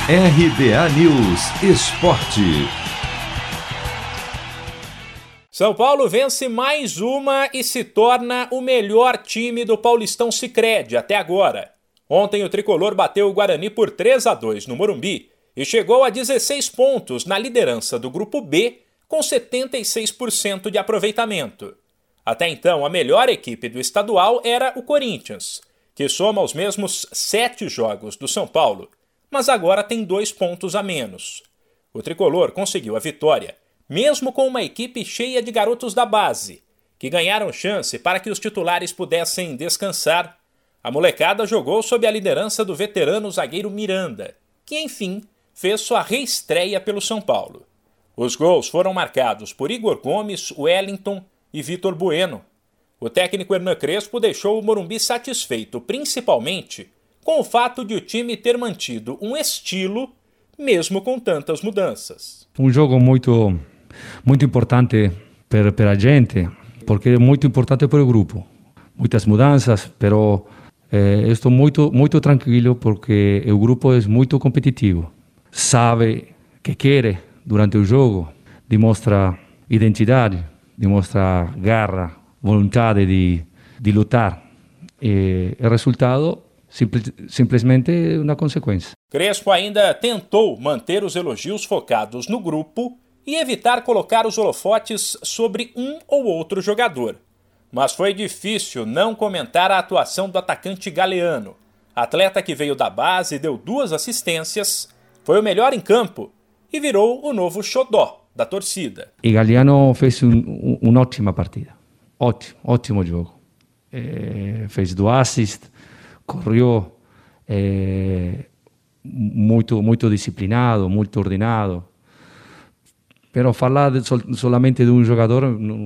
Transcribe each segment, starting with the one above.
RBA News Esporte. São Paulo vence mais uma e se torna o melhor time do Paulistão Sicredi até agora. Ontem o tricolor bateu o Guarani por 3-2 no Morumbi e chegou a 16 pontos na liderança do Grupo B com 76% de aproveitamento. Até então, a melhor equipe do estadual era o Corinthians, que soma os mesmos 7 jogos do São Paulo, mas agora tem 2 pontos a menos. O tricolor conseguiu a vitória, mesmo com uma equipe cheia de garotos da base, que ganharam chance para que os titulares pudessem descansar. A molecada jogou sob a liderança do veterano zagueiro Miranda, que enfim fez sua reestreia pelo São Paulo. Os gols foram marcados por Igor Gomes, Wellington e Vitor Bueno. O técnico Hernan Crespo deixou o Morumbi satisfeito, principalmente com o fato de o time ter mantido um estilo, mesmo com tantas mudanças. Jogo muito importante para a gente, porque é muito importante para o grupo. Muitas mudanças, mas estou muito tranquilo porque o grupo é muito competitivo. Sabe que quer durante o jogo, demonstra identidade, demonstra garra, vontade de lutar. E o resultado simplesmente uma consequência. Crespo ainda tentou manter os elogios focados no grupo e evitar colocar os holofotes sobre um ou outro jogador. Mas foi difícil não comentar a atuação do atacante Galeano. Atleta que veio da base e deu 2 assistências, foi o melhor em campo e virou o novo xodó da torcida. E Galeano fez uma ótima partida. Ótimo jogo. Fez 2 assists, correu muito disciplinado, muito ordenado. Pero falar solamente de um jogador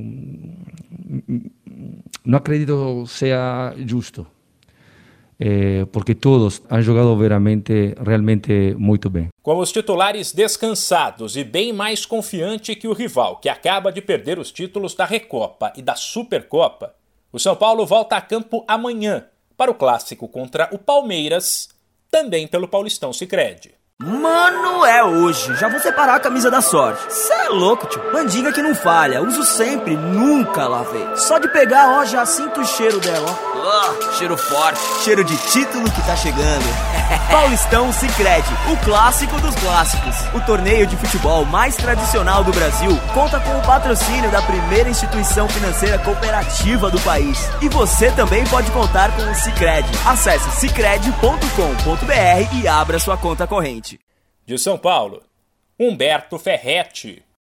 não acredito seja justo. Porque todos han jogado realmente muito bem. Com os titulares descansados e bem mais confiante que o rival, que acaba de perder os títulos da Recopa e da Supercopa, o São Paulo volta a campo amanhã para o clássico contra o Palmeiras, também pelo Paulistão Sicredi. Mano, é hoje. Já vou separar a camisa da sorte. Cê é louco, tio. Mandinga que não falha. Uso sempre, nunca lavei. Só de pegar, ó, já sinto o cheiro dela, ó. Cheiro forte. Cheiro de título que tá chegando. Paulistão Sicredi, o clássico dos clássicos. O torneio de futebol mais tradicional do Brasil conta com o patrocínio da primeira instituição financeira cooperativa do país. E você também pode contar com o Sicredi. Acesse sicredi.com.br e abra sua conta corrente. De São Paulo, Humberto Ferretti.